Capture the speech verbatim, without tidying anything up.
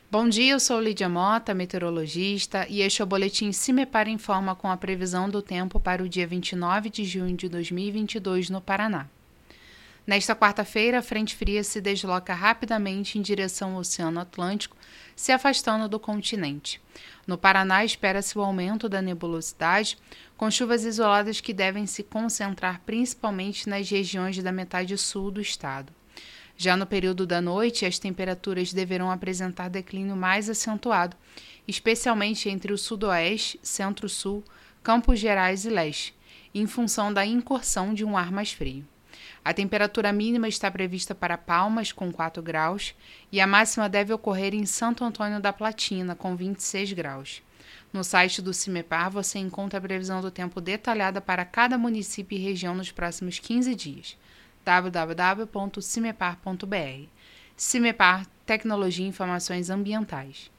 Bom dia, eu sou Lídia Mota, meteorologista, e este é o boletim CIMEPAR Informa com a previsão do tempo para o dia vinte e nove de junho de dois mil e vinte e dois no Paraná. Nesta quarta-feira, a frente fria se desloca rapidamente em direção ao Oceano Atlântico, se afastando do continente. No Paraná, espera-se o aumento da nebulosidade, com chuvas isoladas que devem se concentrar principalmente nas regiões da metade sul do estado. Já no período da noite, as temperaturas deverão apresentar declínio mais acentuado, especialmente entre o sudoeste, centro-sul, Campos Gerais e leste, em função da incursão de um ar mais frio. A temperatura mínima está prevista para Palmas, com quatro graus, e a máxima deve ocorrer em Santo Antônio da Platina, com vinte e seis graus. No site do CIMEPAR você encontra a previsão do tempo detalhada para cada município e região nos próximos quinze dias. w w w ponto cimepar ponto b r. CIMEPAR, Tecnologia e Informações Ambientais.